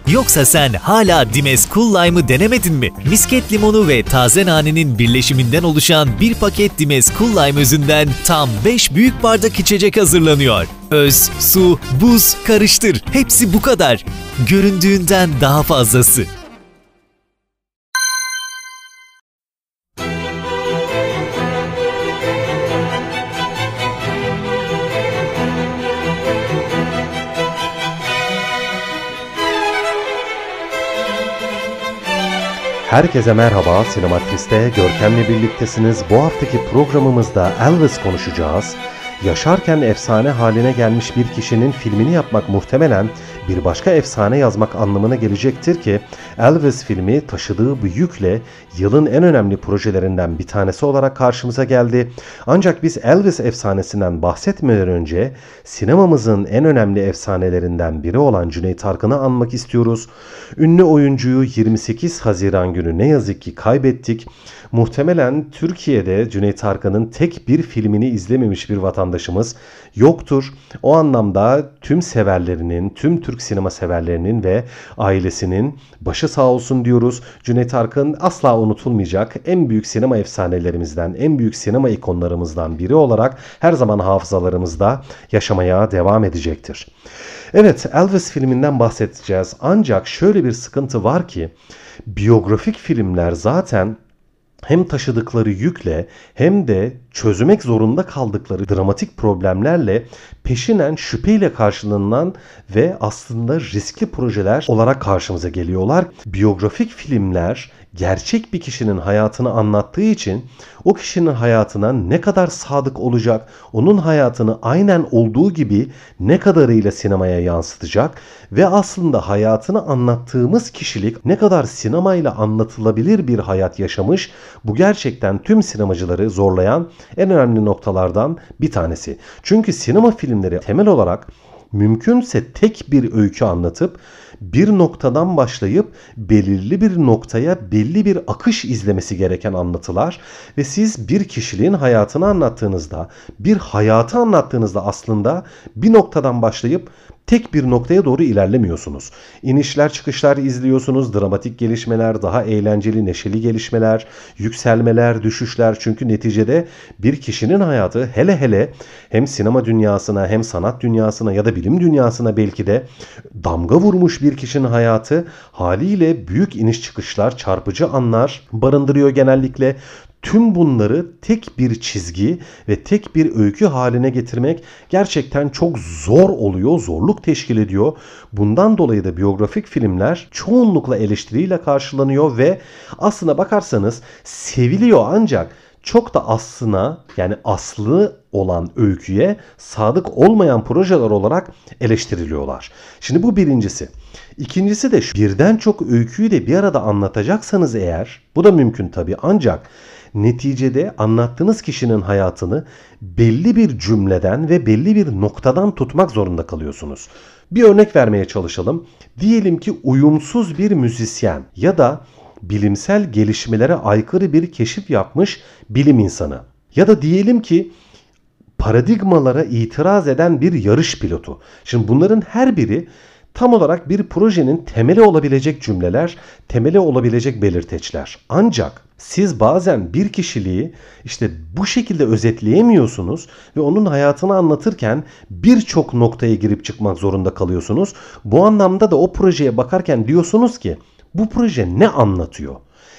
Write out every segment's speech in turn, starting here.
Yoksa sen hala Dimes Cool Lime'ı denemedin mi? Misket limonu ve taze nanenin birleşiminden oluşan bir paket Dimes Cool Lime özünden tam 5 büyük bardak içecek hazırlanıyor. Öz, su, buz, karıştır. Hepsi bu kadar. Göründüğünden daha fazlası. Herkese merhaba, Sinematris'te Görkem'le birliktesiniz. Bu haftaki programımızda Elvis konuşacağız. Yaşarken efsane haline gelmiş bir kişinin filmini yapmak muhtemelen bir başka efsane yazmak anlamına gelecektir ki Elvis filmi taşıdığı bu yükle yılın en önemli projelerinden bir tanesi olarak karşımıza geldi. Ancak biz Elvis efsanesinden bahsetmeden önce sinemamızın en önemli efsanelerinden biri olan Cüneyt Arkın'ı anmak istiyoruz. Ünlü oyuncuyu 28 Haziran günü ne yazık ki kaybettik. Muhtemelen Türkiye'de Cüneyt Arkın'ın tek bir filmini izlememiş bir vatandaşımız yoktur. O anlamda tüm severlerinin, tüm Türk sinema severlerinin ve ailesinin başı sağ olsun diyoruz. Cüneyt Arkın asla unutulmayacak en büyük sinema efsanelerimizden, en büyük sinema ikonlarımızdan biri olarak her zaman hafızalarımızda yaşamaya devam edecektir. Evet, Elvis filminden bahsedeceğiz. Ancak şöyle bir sıkıntı var ki biyografik filmler zaten hem taşıdıkları yükle hem de çözmek zorunda kaldıkları dramatik problemlerle peşinen şüpheyle karşılanılan ve aslında riskli projeler olarak karşımıza geliyorlar. Biyografik filmler gerçek bir kişinin hayatını anlattığı için o kişinin hayatına ne kadar sadık olacak, onun hayatını aynen olduğu gibi ne kadarıyla sinemaya yansıtacak ve aslında hayatını anlattığımız kişilik ne kadar sinemayla anlatılabilir bir hayat yaşamış, bu gerçekten tüm sinemacıları zorlayan en önemli noktalardan bir tanesi. Çünkü sinema filmleri temel olarak mümkünse tek bir öykü anlatıp bir noktadan başlayıp belirli bir noktaya belli bir akış izlemesi gereken anlatılar ve siz bir kişiliğin hayatını anlattığınızda, bir hayatı anlattığınızda aslında bir noktadan başlayıp tek bir noktaya doğru ilerlemiyorsunuz. İnişler çıkışlar izliyorsunuz, dramatik gelişmeler, daha eğlenceli, neşeli gelişmeler, yükselmeler, düşüşler. Çünkü neticede bir kişinin hayatı hele hele hem sinema dünyasına hem sanat dünyasına ya da bilim dünyasına belki de damga vurmuş bir kişinin hayatı haliyle büyük iniş çıkışlar, çarpıcı anlar barındırıyor genellikle. Tüm bunları tek bir çizgi ve tek bir öykü haline getirmek gerçekten çok zor oluyor, zorluk teşkil ediyor. Bundan dolayı da biyografik filmler çoğunlukla eleştiriyle karşılanıyor ve aslına bakarsanız seviliyor ancak çok da aslına yani aslı olan öyküye sadık olmayan projeler olarak eleştiriliyorlar. Şimdi bu birincisi. İkincisi de birden çok öyküyü de bir arada anlatacaksanız eğer, bu da mümkün tabii ancak neticede anlattığınız kişinin hayatını belli bir cümleden ve belli bir noktadan tutmak zorunda kalıyorsunuz. Bir örnek vermeye çalışalım. Diyelim ki uyumsuz bir müzisyen ya da bilimsel gelişmelere aykırı bir keşif yapmış bilim insanı. Ya da diyelim ki paradigmalara itiraz eden bir yarış pilotu. Şimdi bunların her biri tam olarak bir projenin temeli olabilecek cümleler, temeli olabilecek belirteçler. Ancak siz bazen bir kişiliği işte bu şekilde özetleyemiyorsunuz ve onun hayatını anlatırken birçok noktaya girip çıkmak zorunda kalıyorsunuz. Bu anlamda da o projeye bakarken diyorsunuz ki bu proje ne anlatıyor?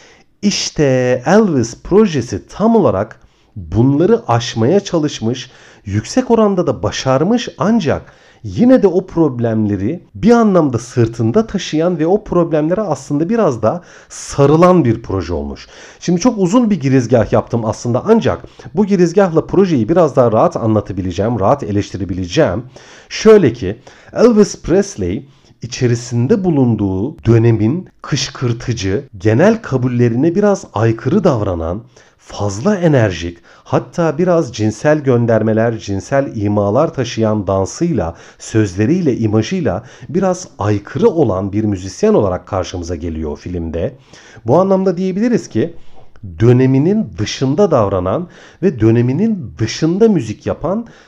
İşte Elvis projesi tam olarak bunları aşmaya çalışmış, yüksek oranda da başarmış ancak yine de o problemleri bir anlamda sırtında taşıyan ve o problemlere aslında biraz da sarılan bir proje olmuş. Şimdi çok uzun bir girizgah yaptım aslında ancak bu girizgahla projeyi biraz daha rahat anlatabileceğim, rahat eleştirebileceğim. Şöyle ki Elvis Presley içerisinde bulunduğu dönemin kışkırtıcı, genel kabullerine biraz aykırı davranan, fazla enerjik, hatta biraz cinsel göndermeler, cinsel imalar taşıyan dansıyla, sözleriyle, imajıyla biraz aykırı olan bir müzisyen olarak karşımıza geliyor filmde. Bu anlamda diyebiliriz ki döneminin dışında davranan ve döneminin dışında müzik yapan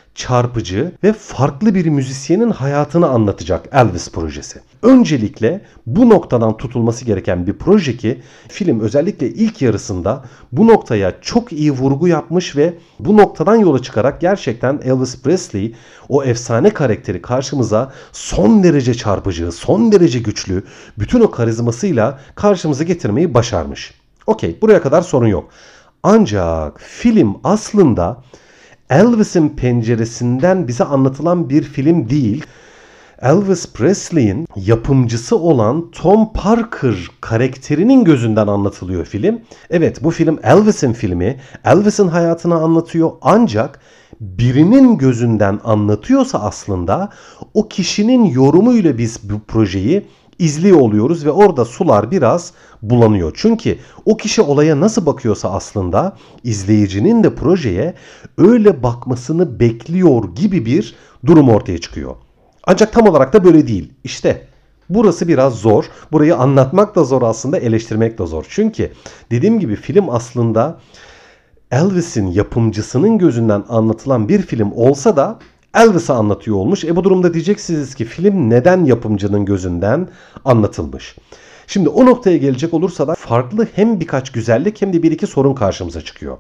çarpıcı ve farklı bir müzisyenin hayatını anlatacak Elvis projesi. Öncelikle bu noktadan tutulması gereken bir proje ki film özellikle ilk yarısında bu noktaya çok iyi vurgu yapmış ve bu noktadan yola çıkarak gerçekten Elvis Presley o efsane karakteri karşımıza son derece çarpıcı, son derece güçlü, bütün o karizmasıyla karşımıza getirmeyi başarmış. Okey, buraya kadar sorun yok. Ancak film aslında Elvis'in penceresinden bize anlatılan bir film değil. Elvis Presley'in yapımcısı olan Tom Parker karakterinin gözünden anlatılıyor film. Evet, bu film Elvis'in filmi. Elvis'in hayatını anlatıyor ancak birinin gözünden anlatıyorsa aslında o kişinin yorumuyla biz bu projeyi izliyor oluyoruz ve orada sular biraz bulanıyor. Çünkü o kişi olaya nasıl bakıyorsa aslında izleyicinin de projeye öyle bakmasını bekliyor gibi bir durum ortaya çıkıyor. Ancak tam olarak da böyle değil. İşte burası biraz zor. Burayı anlatmak da zor aslında, eleştirmek de zor. Çünkü dediğim gibi film aslında Elvis'in yapımcısının gözünden anlatılan bir film olsa da Elvis'i anlatıyor olmuş. Bu durumda diyeceksiniz ki film neden yapımcının gözünden anlatılmış? Şimdi o noktaya gelecek olursa da farklı hem birkaç güzellik hem de bir iki sorun karşımıza çıkıyor.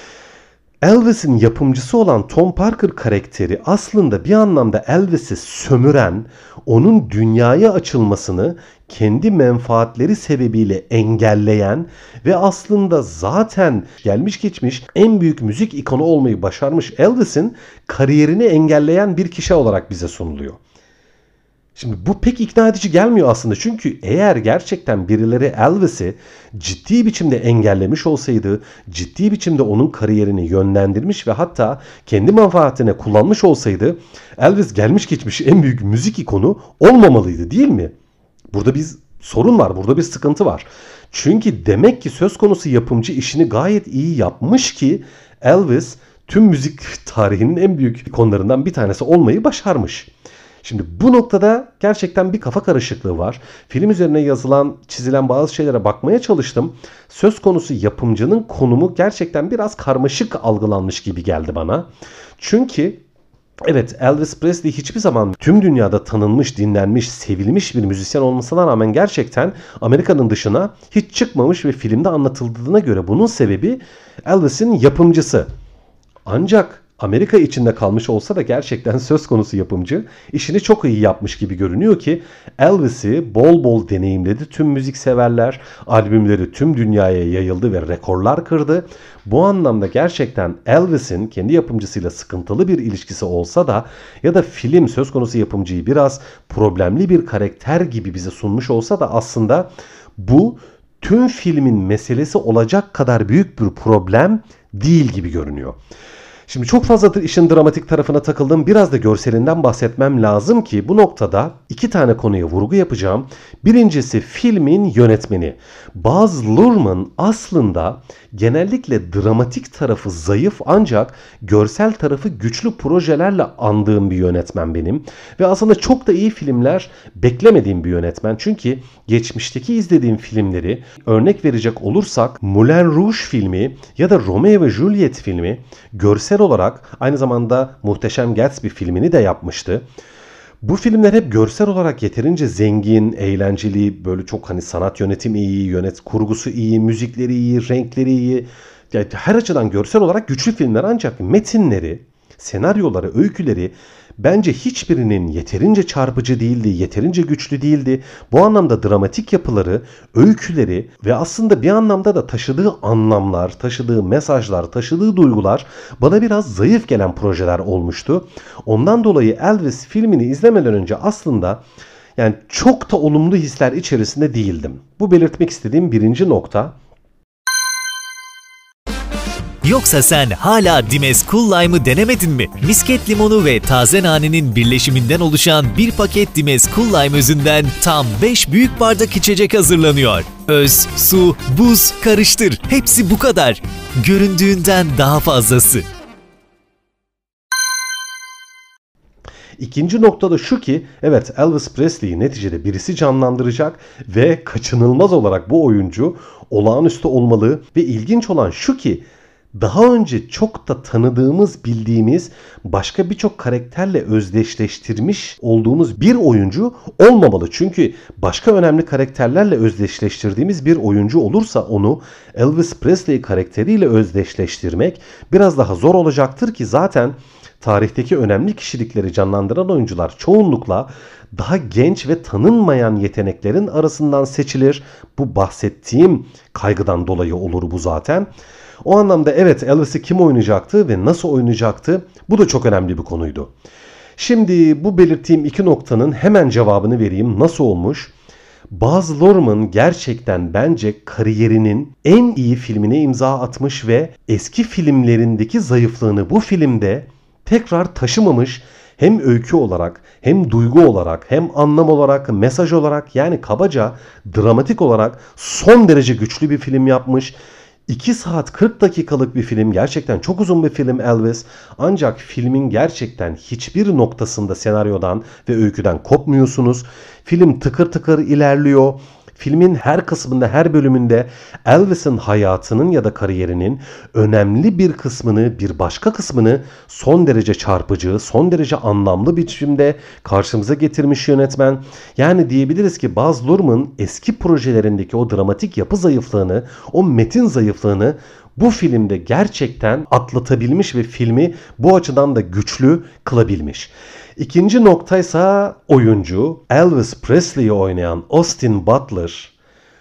Elvis'in yapımcısı olan Tom Parker karakteri aslında bir anlamda Elvis'i sömüren, onun dünyaya açılmasını kendi menfaatleri sebebiyle engelleyen ve aslında zaten gelmiş geçmiş en büyük müzik ikonu olmayı başarmış Elvis'in kariyerini engelleyen bir kişi olarak bize sunuluyor. Şimdi bu pek ikna edici gelmiyor aslında. Çünkü eğer gerçekten birileri Elvis'i ciddi biçimde engellemiş olsaydı, ciddi biçimde onun kariyerini yönlendirmiş ve hatta kendi menfaatine kullanmış olsaydı Elvis gelmiş geçmiş en büyük müzik ikonu olmamalıydı, değil mi? Burada bir sorun var, burada bir sıkıntı var. Çünkü demek ki söz konusu yapımcı işini gayet iyi yapmış ki Elvis tüm müzik tarihinin en büyük ikonlarından bir tanesi olmayı başarmış. Şimdi bu noktada gerçekten bir kafa karışıklığı var. Film üzerine yazılan, çizilen bazı şeylere bakmaya çalıştım. Söz konusu yapımcının konumu gerçekten biraz karmaşık algılanmış gibi geldi bana. Çünkü evet, Elvis Presley hiçbir zaman tüm dünyada tanınmış, dinlenmiş, sevilmiş bir müzisyen olmasına rağmen gerçekten Amerika'nın dışına hiç çıkmamış ve filmde anlatıldığına göre bunun sebebi Elvis'in yapımcısı. Ancak Amerika içinde kalmış olsa da gerçekten söz konusu yapımcı işini çok iyi yapmış gibi görünüyor ki Elvis'i bol bol deneyimledi tüm müzikseverler, albümleri tüm dünyaya yayıldı ve rekorlar kırdı. Bu anlamda gerçekten Elvis'in kendi yapımcısıyla sıkıntılı bir ilişkisi olsa da ya da film söz konusu yapımcıyı biraz problemli bir karakter gibi bize sunmuş olsa da aslında bu tüm filmin meselesi olacak kadar büyük bir problem değil gibi görünüyor. Şimdi çok fazla işin dramatik tarafına takıldım. Biraz da görselinden bahsetmem lazım ki bu noktada iki tane konuya vurgu yapacağım. Birincisi filmin yönetmeni. Baz Luhrmann aslında genellikle dramatik tarafı zayıf ancak görsel tarafı güçlü projelerle andığım bir yönetmen benim. Ve aslında çok da iyi filmler beklemediğim bir yönetmen. Çünkü geçmişteki izlediğim filmleri örnek verecek olursak Moulin Rouge filmi ya da Romeo ve Juliet filmi görsel olarak aynı zamanda Muhteşem Gatsby filmini de yapmıştı. Bu filmler hep görsel olarak yeterince zengin, eğlenceli, böyle çok hani sanat yönetimi iyi, kurgusu iyi, müzikleri iyi, renkleri iyi. Yani her açıdan görsel olarak güçlü filmler ancak metinleri, senaryoları, öyküleri bence hiçbirinin yeterince çarpıcı değildi, yeterince güçlü değildi. Bu anlamda dramatik yapıları, öyküleri ve aslında bir anlamda da taşıdığı anlamlar, taşıdığı mesajlar, taşıdığı duygular bana biraz zayıf gelen projeler olmuştu. Ondan dolayı Elvis filmini izlemeden önce aslında yani çok da olumlu hisler içerisinde değildim. Bu belirtmek istediğim birinci nokta. Yoksa sen hala Dimes Cool Lime'ı denemedin mi? Misket limonu ve taze nanenin birleşiminden oluşan bir paket Dimes Cool Lime özünden tam 5 büyük bardak içecek hazırlanıyor. Öz, su, buz, karıştır. Hepsi bu kadar. Göründüğünden daha fazlası. İkinci nokta da şu ki evet Elvis Presley'i neticede birisi canlandıracak ve kaçınılmaz olarak bu oyuncu olağanüstü olmalı ve ilginç olan şu ki daha önce çok da tanıdığımız, bildiğimiz başka birçok karakterle özdeşleştirmiş olduğumuz bir oyuncu olmamalı. Çünkü başka önemli karakterlerle özdeşleştirdiğimiz bir oyuncu olursa onu Elvis Presley karakteriyle özdeşleştirmek biraz daha zor olacaktır ki zaten tarihteki önemli kişilikleri canlandıran oyuncular çoğunlukla daha genç ve tanınmayan yeteneklerin arasından seçilir. Bu bahsettiğim kaygıdan dolayı olur bu zaten. O anlamda evet, Elvis'i kim oynayacaktı ve nasıl oynayacaktı, bu da çok önemli bir konuydu. Şimdi bu belirttiğim iki noktanın hemen cevabını vereyim. Nasıl olmuş? Baz Luhrmann gerçekten bence kariyerinin en iyi filmine imza atmış ve eski filmlerindeki zayıflığını bu filmde tekrar taşımamış. Hem öykü olarak, hem duygu olarak, hem anlam olarak, mesaj olarak, yani kabaca dramatik olarak son derece güçlü bir film yapmış. 2 saat 40 dakikalık bir film, gerçekten çok uzun bir film Elvis, ancak filmin gerçekten hiçbir noktasında senaryodan ve öyküden kopmuyorsunuz. Film tıkır tıkır ilerliyor. Filmin her kısmında, her bölümünde Elvis'in hayatının ya da kariyerinin önemli bir kısmını, bir başka kısmını son derece çarpıcı, son derece anlamlı bir biçimde karşımıza getirmiş yönetmen. Yani diyebiliriz ki Baz Luhrmann eski projelerindeki o dramatik yapı zayıflığını, o metin zayıflığını bu filmde gerçekten atlatabilmiş ve filmi bu açıdan da güçlü kılabilmiş. İkinci noktaysa oyuncu. Elvis Presley'i oynayan Austin Butler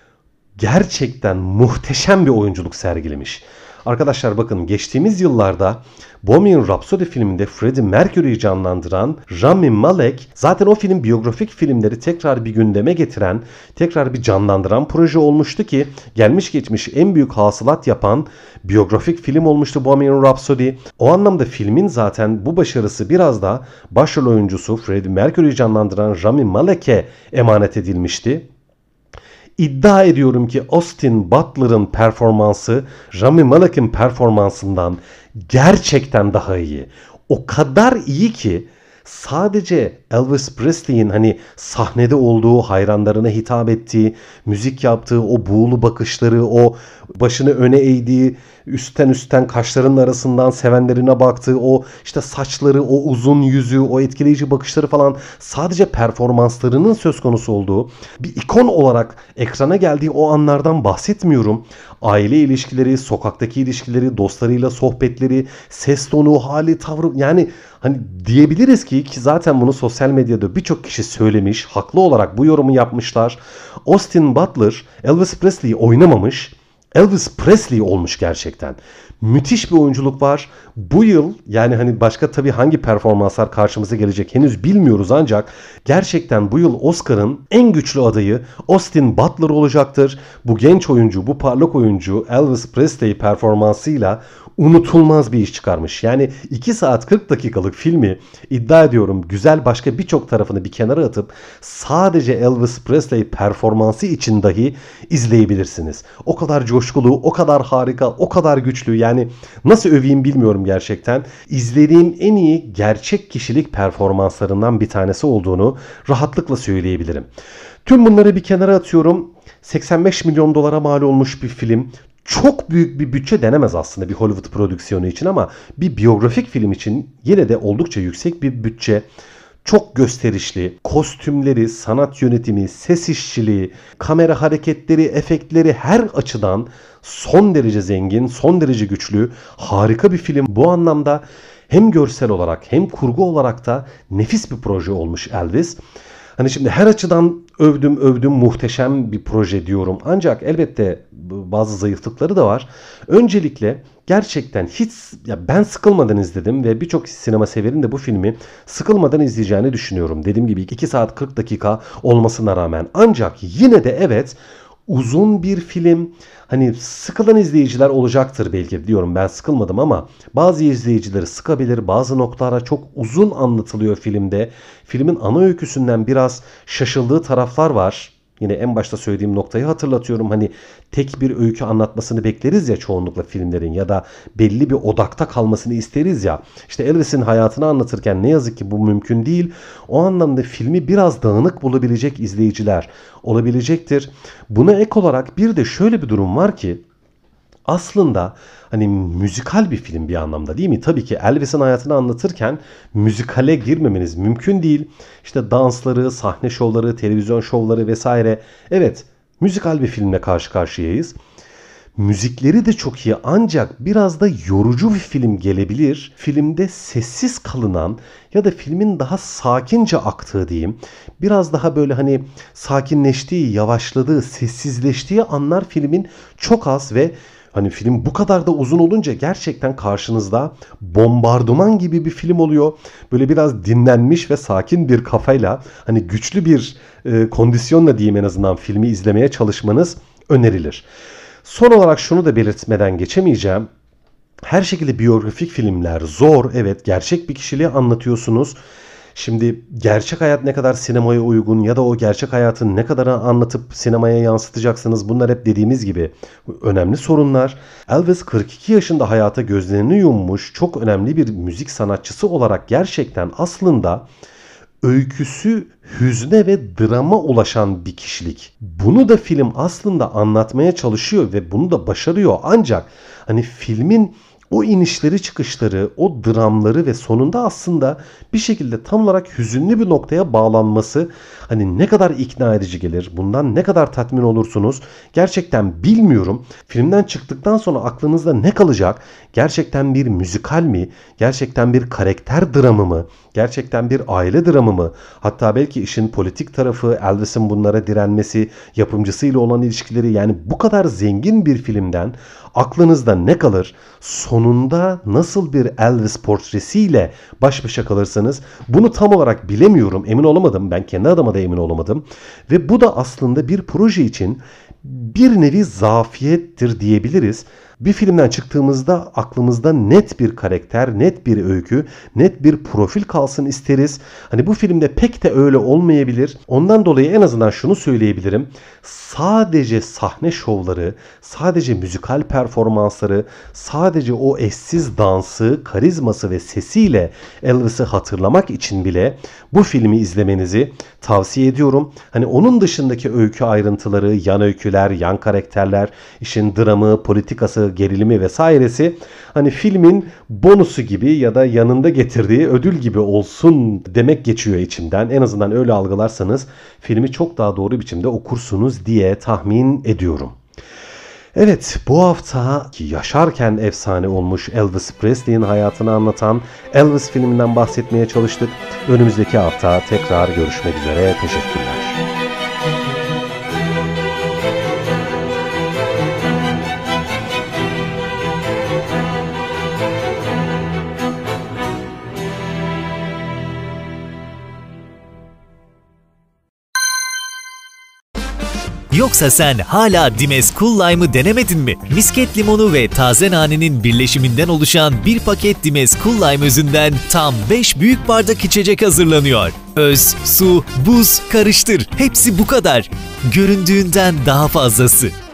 gerçekten muhteşem bir oyunculuk sergilemiş. Arkadaşlar bakın, geçtiğimiz yıllarda Bohemian Rhapsody filminde Freddie Mercury'yi canlandıran Rami Malek, zaten o film biyografik filmleri tekrar bir gündeme getiren, tekrar bir canlandıran proje olmuştu ki gelmiş geçmiş en büyük hasılat yapan biyografik film olmuştu Bohemian Rhapsody. O anlamda filmin zaten bu başarısı biraz da başrol oyuncusu Freddie Mercury'yi canlandıran Rami Malek'e emanet edilmişti. İddia ediyorum ki Austin Butler'ın performansı Rami Malek'in performansından gerçekten daha iyi. O kadar iyi ki sadece Elvis Presley'in hani sahnede olduğu, hayranlarına hitap ettiği, müzik yaptığı, o buğulu bakışları, o başını öne eğdiği, üstten kaşlarının arasından sevenlerine baktığı, o işte saçları, o uzun yüzü, o etkileyici bakışları falan, sadece performanslarının söz konusu olduğu, bir ikon olarak ekrana geldiği o anlardan bahsetmiyorum. Aile ilişkileri, sokaktaki ilişkileri, dostlarıyla sohbetleri, ses tonu, hali, tavrı, yani hani diyebiliriz ki zaten bunu sosyal medyada birçok kişi söylemiş, haklı olarak bu yorumu yapmışlar. Austin Butler Elvis Presley'i oynamamış, Elvis Presley olmuş gerçekten. Müthiş bir oyunculuk var. Bu yıl, yani hani başka tabii hangi performanslar karşımıza gelecek henüz bilmiyoruz, ancak gerçekten bu yıl Oscar'ın en güçlü adayı Austin Butler olacaktır. Bu genç oyuncu, bu parlak oyuncu Elvis Presley performansıyla unutulmaz bir iş çıkarmış. Yani 2 saat 40 dakikalık filmi iddia ediyorum güzel başka birçok tarafını bir kenara atıp sadece Elvis Presley performansı için dahi izleyebilirsiniz. O kadar coşkulu, o kadar harika, o kadar güçlü, yani nasıl öveyim bilmiyorum gerçekten. İzlediğim en iyi gerçek kişilik performanslarından bir tanesi olduğunu rahatlıkla söyleyebilirim. Tüm bunları bir kenara atıyorum. 85 milyon dolara mal olmuş bir film. Çok büyük bir bütçe denemez aslında bir Hollywood prodüksiyonu için, ama bir biyografik film için yine de oldukça yüksek bir bütçe. Çok gösterişli, kostümleri, sanat yönetimi, ses işçiliği, kamera hareketleri, efektleri her açıdan son derece zengin, son derece güçlü, harika bir film. Bu anlamda hem görsel olarak hem kurgu olarak da nefis bir proje olmuş Elvis. Hani şimdi her açıdan övdüm muhteşem bir proje diyorum. Ancak elbette bazı zayıflıkları da var. Öncelikle gerçekten hiç, ya ben sıkılmadan izledim ve birçok sinema severin de bu filmi sıkılmadan izleyeceğini düşünüyorum. Dediğim gibi 2 saat 40 dakika olmasına rağmen. Ancak yine de evet, uzun bir film. Hani sıkılan izleyiciler olacaktır belki, diyorum ben sıkılmadım, ama bazı izleyicileri sıkabilir. Bazı noktalara çok uzun anlatılıyor filmde. Filmin ana öyküsünden biraz şaşıldığı taraflar var. Yine en başta söylediğim noktayı hatırlatıyorum. Hani tek bir öykü anlatmasını bekleriz ya çoğunlukla filmlerin, ya da belli bir odakta kalmasını isteriz ya. İşte Elvis'in hayatını anlatırken ne yazık ki bu mümkün değil. O anlamda filmi biraz dağınık bulabilecek izleyiciler olabilecektir. Buna ek olarak bir de şöyle bir durum var ki, aslında hani müzikal bir film bir anlamda, değil mi? Tabii ki Elvis'in hayatını anlatırken müzikale girmemeniz mümkün değil. İşte dansları, sahne şovları, televizyon şovları vesaire. Evet, müzikal bir filmle karşı karşıyayız. Müzikleri de çok iyi ancak biraz da yorucu bir film gelebilir. Filmde sessiz kalınan ya da filmin daha sakince aktığı diyeyim. Biraz daha böyle hani sakinleştiği, yavaşladığı, sessizleştiği anlar filmin çok az ve hani film bu kadar da uzun olunca gerçekten karşınızda bombardıman gibi bir film oluyor. Böyle biraz dinlenmiş ve sakin bir kafayla, hani güçlü bir kondisyonla diyeyim en azından filmi izlemeye çalışmanız önerilir. Son olarak şunu da belirtmeden geçemeyeceğim. Her şekilde biyografik filmler zor. Evet, gerçek bir kişiliği anlatıyorsunuz. Şimdi gerçek hayat ne kadar sinemaya uygun ya da o gerçek hayatı ne kadar anlatıp sinemaya yansıtacaksınız, bunlar hep dediğimiz gibi önemli sorunlar. Elvis 42 yaşında hayata gözlerini yummuş çok önemli bir müzik sanatçısı olarak gerçekten aslında öyküsü hüzne ve drama ulaşan bir kişilik. Bunu da film aslında anlatmaya çalışıyor ve bunu da başarıyor. Ancak hani filmin o inişleri çıkışları, o dramları ve sonunda aslında bir şekilde tam olarak hüzünlü bir noktaya bağlanması hani ne kadar ikna edici gelir, bundan ne kadar tatmin olursunuz gerçekten bilmiyorum. Filmden çıktıktan sonra aklınızda ne kalacak? Gerçekten bir müzikal mi? Gerçekten bir karakter dramı mı? Gerçekten bir aile dramı mı? Hatta belki işin politik tarafı, Elvis'in bunlara direnmesi, yapımcısıyla olan ilişkileri, yani bu kadar zengin bir filmden aklınızda ne kalır? Sonunda nasıl bir Elvis portresiyle baş başa kalırsınız? Bunu tam olarak bilemiyorum, emin olamadım. Ben kendi adıma da emin olamadım. Ve bu da aslında bir proje için bir nevi zafiyettir diyebiliriz. Bir filmden çıktığımızda aklımızda net bir karakter, net bir öykü, net bir profil kalsın isteriz. Hani bu filmde pek de öyle olmayabilir. Ondan dolayı en azından şunu söyleyebilirim. Sadece sahne şovları, sadece müzikal performansları, sadece o eşsiz dansı, karizması ve sesiyle Elvis'i hatırlamak için bile bu filmi izlemenizi tavsiye ediyorum. Hani onun dışındaki öykü ayrıntıları, yan öyküler, yan karakterler, işin dramı, politikası, gerilimi vesairesi hani filmin bonusu gibi ya da yanında getirdiği ödül gibi olsun demek geçiyor içimden. En azından öyle algılarsanız filmi çok daha doğru biçimde okursunuz diye tahmin ediyorum. Evet, bu hafta yaşarken efsane olmuş Elvis Presley'in hayatını anlatan Elvis filminden bahsetmeye çalıştık. Önümüzdeki hafta tekrar görüşmek üzere. Teşekkürler. Yoksa sen hala Dimes Cool Lime'ı denemedin mi? Misket limonu ve taze nanenin birleşiminden oluşan bir paket Dimes Cool Lime özünden tam 5 büyük bardak içecek hazırlanıyor. Öz, su, buz, karıştır. Hepsi bu kadar. Göründüğünden daha fazlası.